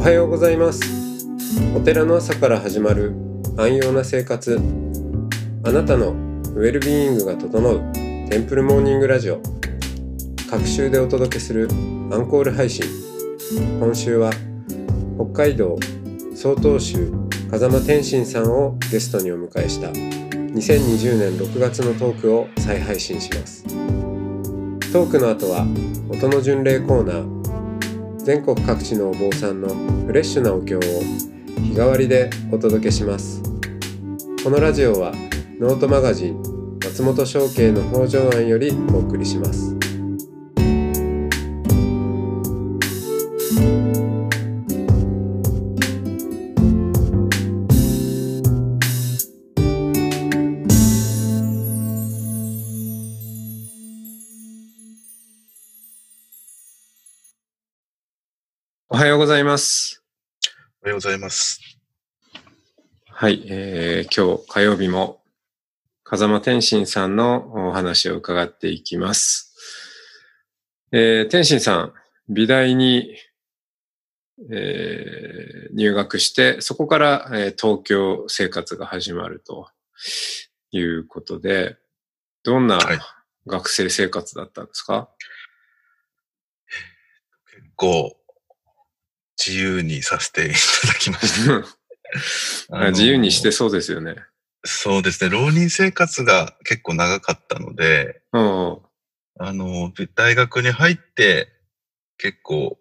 はようございます。お寺の朝から始まる安養な生活、あなたのウェルビーイングが整うテンプルモーニングラジオ、各週でお届けするアンコール配信。今週は北海道曹洞宗風間天心さんをゲストにお迎えした2020年6月のトークを再配信します。トークの後は音の巡礼コーナー、全国各地のお坊さんのフレッシュなお経を日替わりでお届けします。このラジオはノートマガジン松本商家の北条庵よりお送りします。おはようございます。 おはようございます。 はい、今日火曜日も風間天心さんのお話を伺っていきます。天心さん、美大に、入学して、そこから、東京生活が始まるということで、どんな学生生活だったんですか？ 結構自由にさせていただきました。 自由にしてそうですよね。 そうですね。浪人生活が結構長かったので、大学に入って結構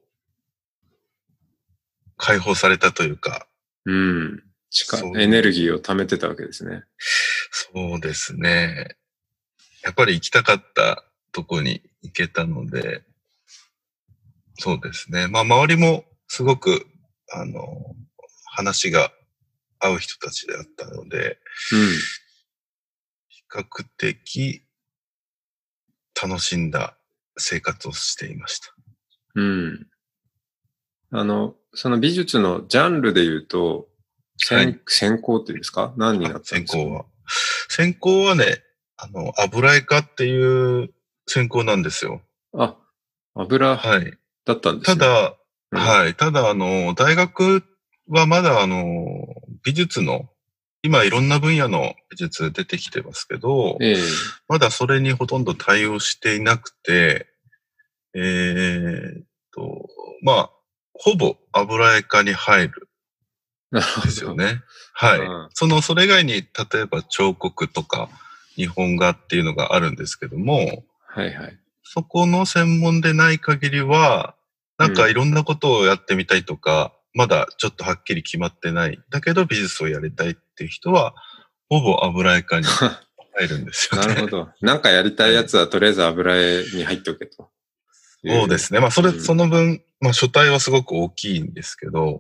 解放されたというか。 エネルギーを貯めてたわけですね。 そうですね。やっぱり行きたかったとこに行けたので、そうですね。まあ周りもすごく、話が合う人たちであったので、比較的楽しんだ生活をしていました。 その美術のジャンルで言うと、専攻っていうんですか？何になったんですか？ 専攻はね、油絵科っていう専攻なんですよ。 あ、油だったんですね。 ただ、大学はまだ美術の、今いろんな分野の美術出てきてますけど、まだそれにほとんど対応していなくて、まあ、ほぼ油絵科に入るんですよね。はい。それ以外に、例えば彫刻とか日本画っていうのがあるんですけども、そこの専門でない限りは、なんかいろんなことをやってみたいとか、まだちょっとはっきり決まってない。だけど美術をやりたいっていう人は、ほぼ油絵科に入るんですよね。 なるほど。なんかやりたいやつはとりあえず油絵に入っておけと。 そうですね。まあその分、まあ書体はすごく大きいんですけど、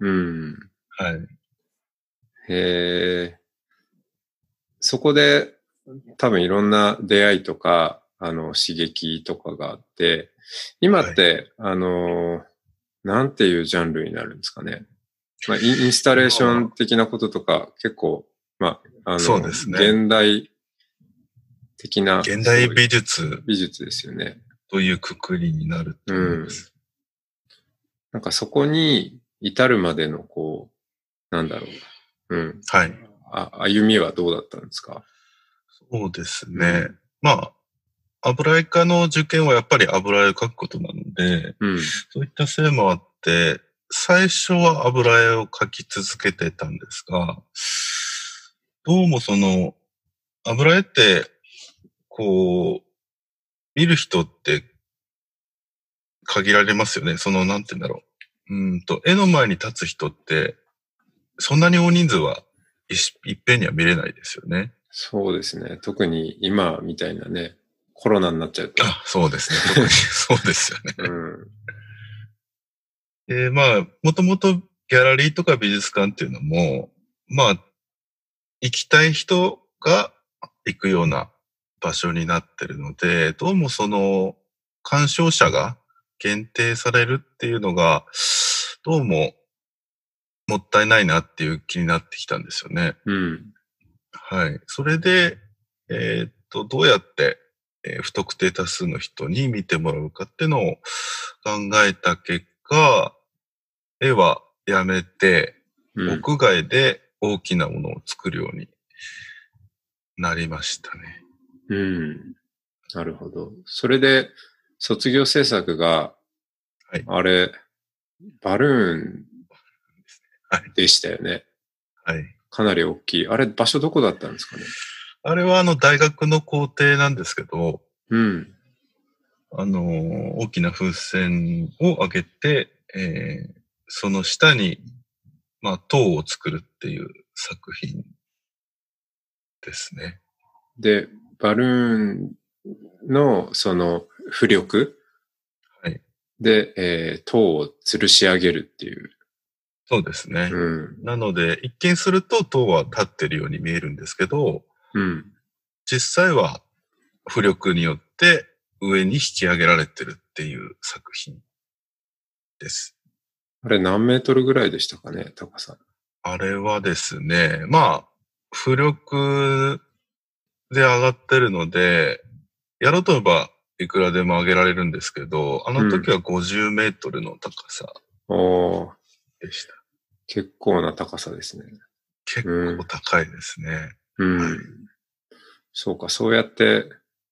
そこで多分いろんな出会いとか、刺激とかがあって、今って、なんていうジャンルになるんですかね。まあ、インスタレーション的なこととか、結構、 そうですね。 現代的な。 現代美術。 美術ですよね。 というくくりになると思います。 なんかそこに至るまでの、歩みはどうだったんですか？ そうですね。まあ、油絵科の受験はやっぱり油絵を描くことなので、そういったせいもあって、最初は油絵を描き続けてたんですが、どうも油絵って、見る人って限られますよね。なんて言うんだろう。絵の前に立つ人って、そんなに大人数はいっぺんには見れないですよね。 そうですね。特に今みたいなね、コロナになっちゃうと。 そうですね。特にそうですよね。まあ、もともとギャラリーとか美術館っていうのも、まあ、行きたい人が行くような場所になってるので、どうも鑑賞者が限定されるっていうのが、どうももったいないなっていう気になってきたんですよね。それで、どうやって、不特定多数の人に見てもらうかっていうのを考えた結果、絵はやめて、 うん。 屋外で大きなものを作るようになりましたね。 うん。なるほど。それで、卒業制作が、 はい。 あれ、バルーンはい。 でしたよね。 はい。 かなり大きい。あれ、場所どこだったんですかね。 あれは大学の校庭なんですけど、 うん。 大きな風船を上げて、その下に、まあ、塔を作るっていう作品ですね。 で、バルーンの、その、浮力はい。 で、塔を吊るし上げるっていう。 そうですね。 うん。 なので、一見すると塔は立ってるように見えるんですけど、 うん。 実際は浮力によって上に引き上げられてるっていう作品です。 あれ何メートルぐらいでしたかね、高さ。 あれはですね、まあ、浮力で上がってるので、やろうと思えばいくらでも上げられるんですけど、あの時は50メートルの高さおー、 でした。 結構な高さですね。 結構高いですね。 うん。 はい。 そうか、そうやって、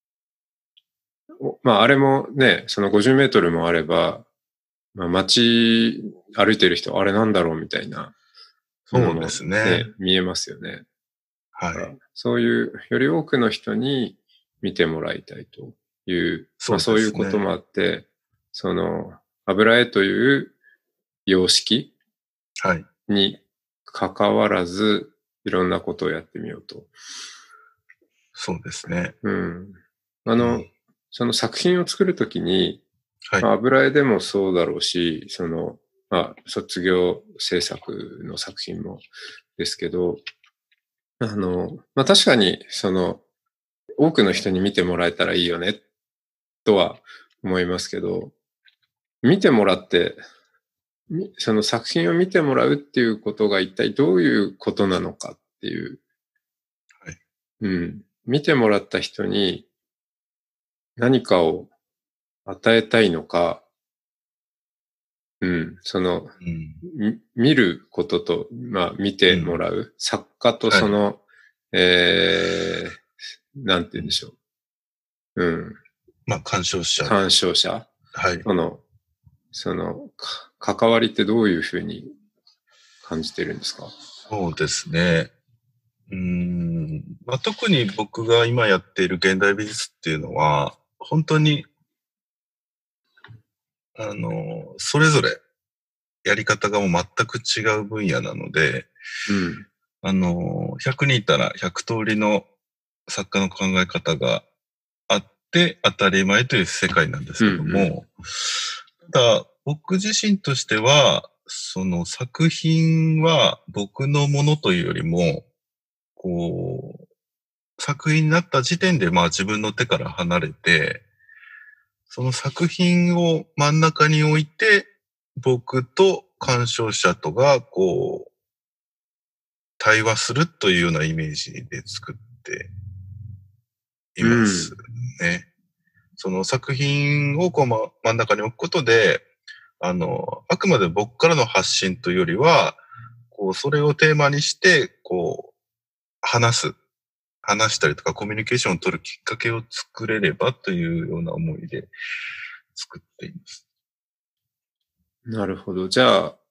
まあ、あれもね、その50メートルもあれば、まあ、街歩いてる人、あれなんだろうみたいなものそうでもすね。 ね、見えますよね。 はい。 そういう、より多くの人に見てもらいたいという、まあそうそういうですね。 こともあって、その、油絵という様式はい。 に関わらず、いろんなことをやってみようと。 そうですね。 うん。 うん、 その作品を作るときに、 はい。 まあ、油絵でもそうだろうし、その、まあ、卒業制作の作品もですけど、まあ確かに、その、多くの人に見てもらえたらいいよね、とは思いますけど、見てもらって、その作品を見てもらうっていうことが一体どういうことなのかっていう、 はい。 うん。見てもらった人に何かを与えたいのか、うん。その、 うん。 見ることと、まあ見てもらう。作家とはい。 その、えなんて言うんでしょう。うん。 まあ、鑑賞者。 鑑賞者はい。 との、その、関わりってどういうふうに感じてるんですか？ そうですね。まあ、特に僕が今やっている現代美術っていうのは、本当に、それぞれやり方がもう全く違う分野なので、 うん。 100人いたら100通りの作家の考え方があって当たり前という世界なんですけども、ただ僕自身としては、その作品は僕のものというよりも、こう、作品になった時点でまあ自分の手から離れて、その作品を真ん中に置いて、僕と鑑賞者とがこう、対話するというようなイメージで作っていますね。その作品をこう、真ん中に置くことで、あくまで僕からの発信というよりは、こう、それをテーマにして、こう、話したりとかコミュニケーションを取るきっかけを作れればというような思いで作っています。 なるほど。じゃあ、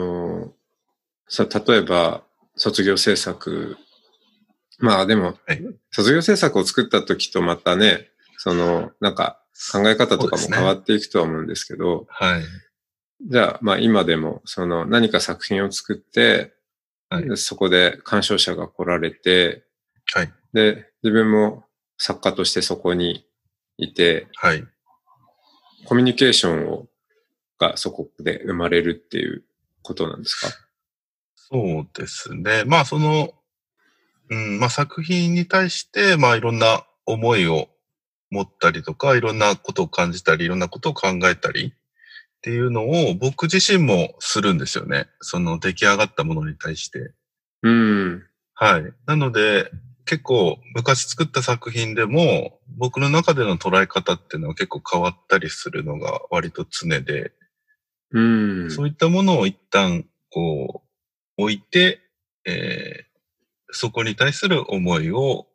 例えば、卒業制作、まあでも、 はい。 卒業制作を作った時とまたね、その、なんか考え方とかも変わっていくとは思うんですけど、 はい。 じゃあ、まあ今でも、その何か作品を作って、 はい。 そこで鑑賞者が来られて、 はい。 で、自分も作家としてそこにいて、 はい。 コミュニケーションがそこで生まれるっていうことなんですか？ そうですね。まあまあ作品に対して、まあいろんな思いを持ったりとか、いろんなことを感じたり、いろんなことを考えたりっていうのを僕自身もするんですよね。その出来上がったものに対して。 うん。 はい。なので、結構昔作った作品でも僕の中での捉え方っていうのは結構変わったりするのが割と常で、 うん。 そういったものを一旦こう、置いて、そこに対する思いを、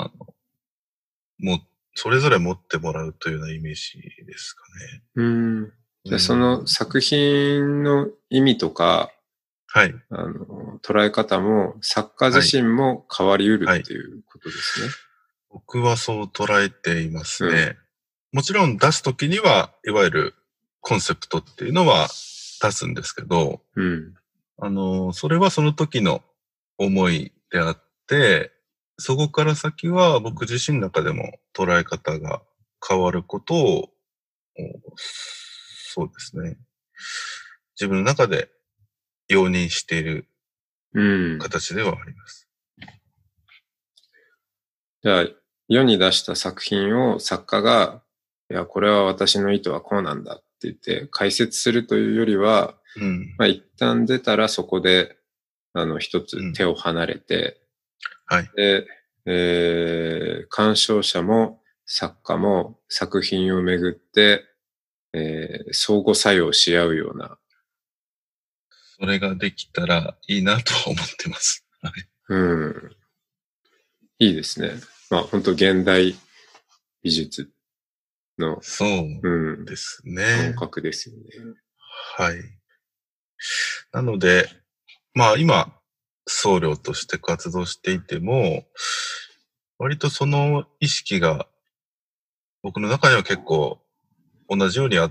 それぞれ持ってもらうというようなイメージですかね。 じゃあその作品の意味とか、 はい。 捉え方も作家自身も変わりうるっていうことですね。 僕はそう捉えていますね。もちろん出すときには、いわゆるコンセプトっていうのは出すんですけど、それはその時の思いであって、そこから先は僕自身の中でも捉え方が変わることを、そうですね。自分の中で容認している形ではあります。 じゃあ、世に出した作品を作家が、いや、これは私の意図はこうなんだって言って解説するというよりは、まあ一旦出たらそこで、一つ手を離れて、で、鑑賞者も作家も作品をめぐって、相互作用し合うような。 それができたらいいなと思ってます。 いいですね。まあ本当現代美術の。 そうですね。 感覚ですよね。 はい。なので、まあ今、僧侶として活動していても、割とその意識が僕の中には結構同じようにあって、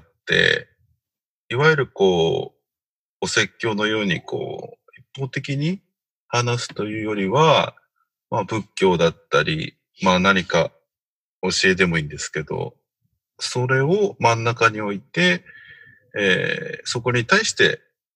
いわゆるこう、お説教のようにこう、一方的に話すというよりは、まあ仏教だったり、まあ何か教えでもいいんですけど、それを真ん中に置いて、そこに対して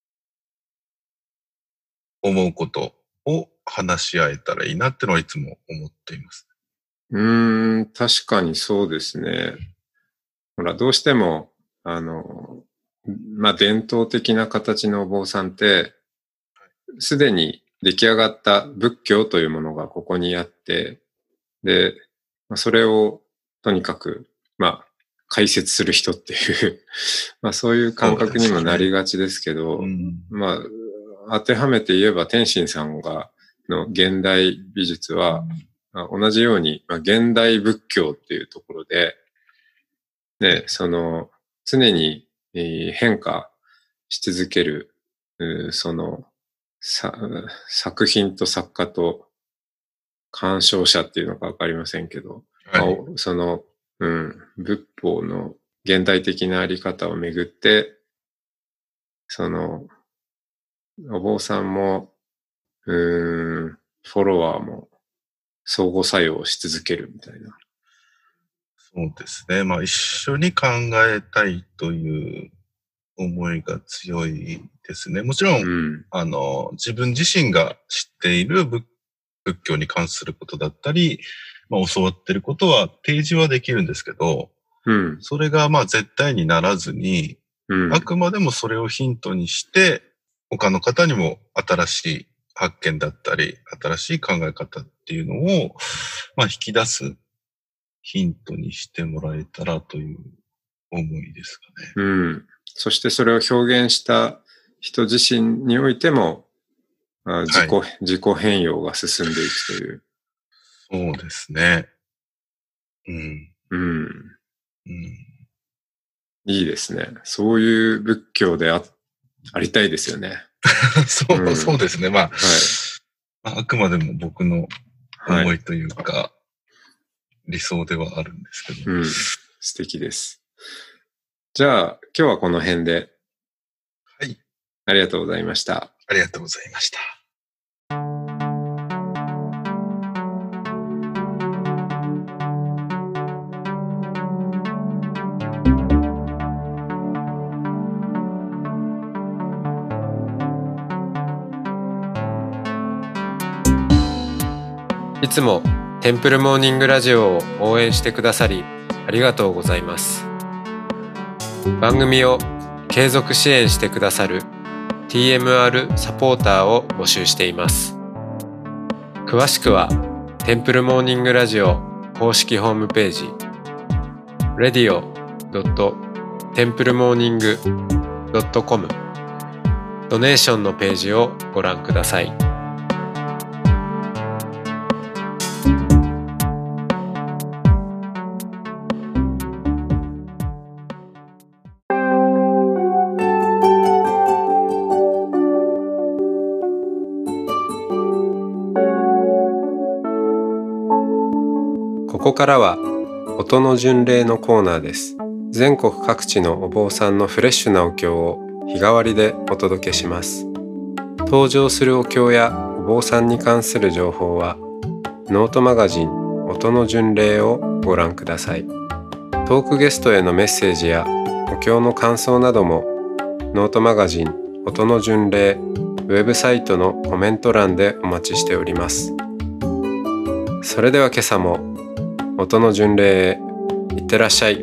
思うことを話し合えたらいいなってのはいつも思っています。 確かにそうですね。ほら、どうしても、まあ、伝統的な形のお坊さんって、すでに出来上がった仏教というものがここにあって、で、それをとにかく、まあ、解説する人っていうまあそういう感覚にもなりがちですけど、まあ、当てはめて言えば天心さんの現代美術は、同じように、まあ、現代仏教っていうところで、ね、常に変化し続ける、作品と作家と鑑賞者っていうのかわかりませんけど、仏法の現代的なあり方をめぐって、お坊さんも、フォロワーも相互作用し続けるみたいな。 そうですね。まあ一緒に考えたいという思いが強いですね。もちろん、自分自身が知っている仏教に関することだったり、まあ教わってることは提示はできるんですけど、それがまあ絶対にならずに、あくまでもそれをヒントにして、他の方にも新しい発見だったり、新しい考え方っていうのを、まあ引き出すヒントにしてもらえたらという思いですかね。 そしてそれを表現した人自身においても、自己変容が進んでいくという。 そうですね。 いいですね。そういう仏教でありたいですよね。 そうですね。まあ、あくまでも僕の思いというか、理想ではあるんですけど。 素敵です。じゃあ、今日はこの辺で。 はい。 ありがとうございました。 ありがとうございました。 いつもテンプルモーニングラジオを応援してくださりありがとうございます。番組を継続支援してくださる TMR サポーターを募集しています。詳しくはテンプルモーニングラジオ公式ホームページ radio.templemorning.com ドネーションのページをご覧ください。ここからは音の巡礼のコーナーです。全国各地のお坊さんのフレッシュなお経を日替わりでお届けします。登場するお経やお坊さんに関する情報はノートマガジン音の巡礼をご覧ください。トークゲストへのメッセージやお経の感想などもノートマガジン音の巡礼ウェブサイトのコメント欄でお待ちしております。それでは今朝も音の巡礼へいってらっしゃい。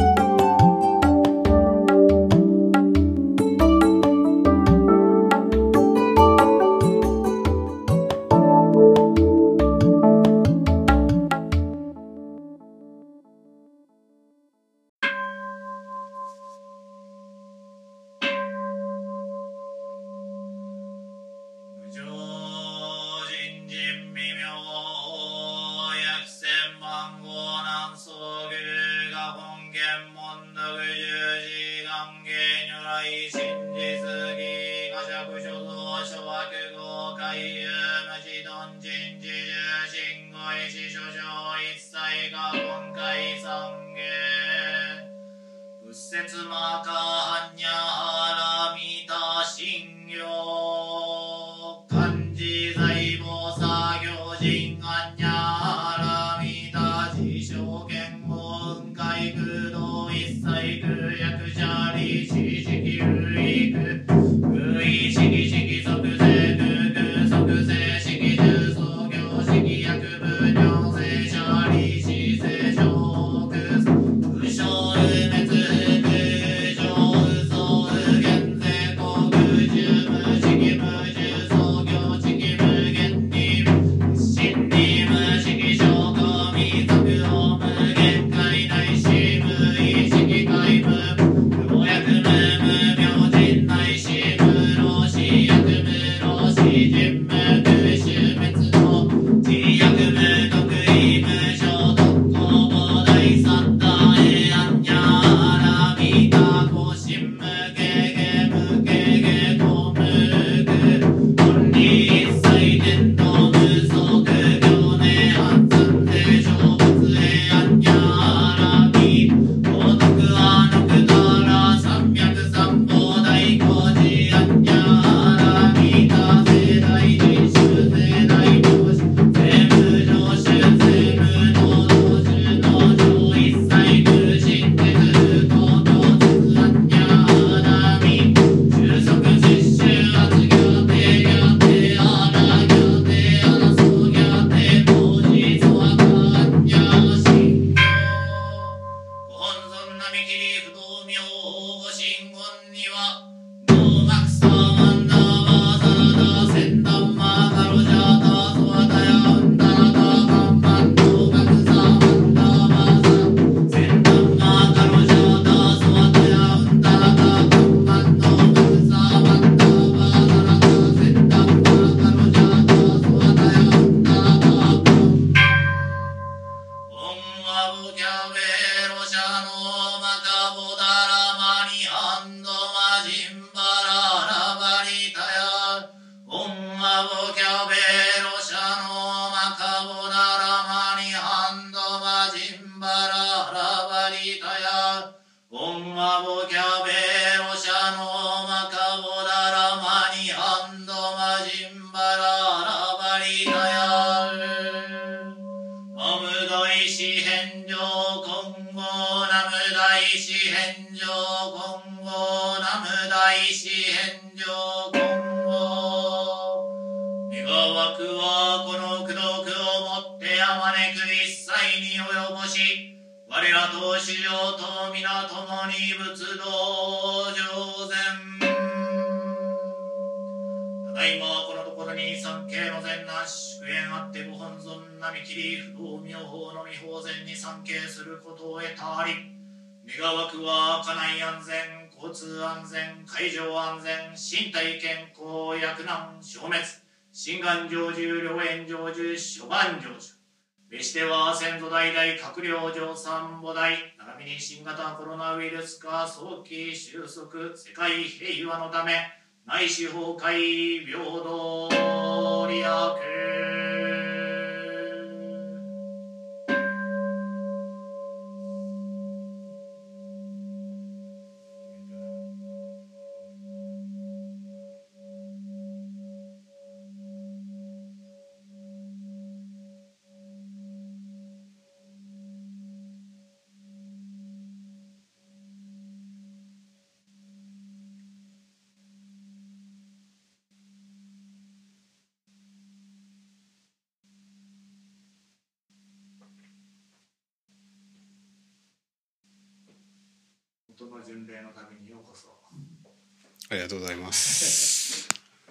我らと主上と皆共に仏道上善。ただいまこのところに三慶の善な祝宴あってご本尊並木り不動明法の御法前に参詣することを得たあり、願わくは家内安全交通安全、海上安全、身体健康、厄難消滅、心願成就、良縁成就、諸願成就。べしては先祖代々閣僚上三母代、並びに新型コロナウイルス化早期収束、世界平和のため、内司法会平等利益。音の巡礼の旅にようこそ。 ありがとうございます。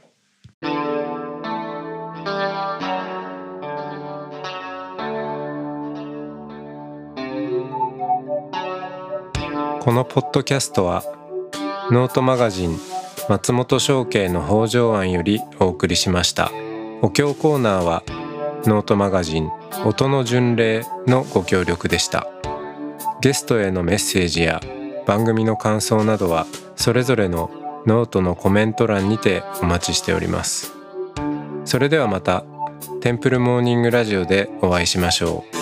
このポッドキャストはノートマガジン松本商家の北条庵よりお送りしました。お経コーナーはノートマガジン音の巡礼のご協力でした。ゲストへのメッセージや番組の感想などはそれぞれのノートのコメント欄にてお待ちしております。それではまたテンプルモーニングラジオでお会いしましょう。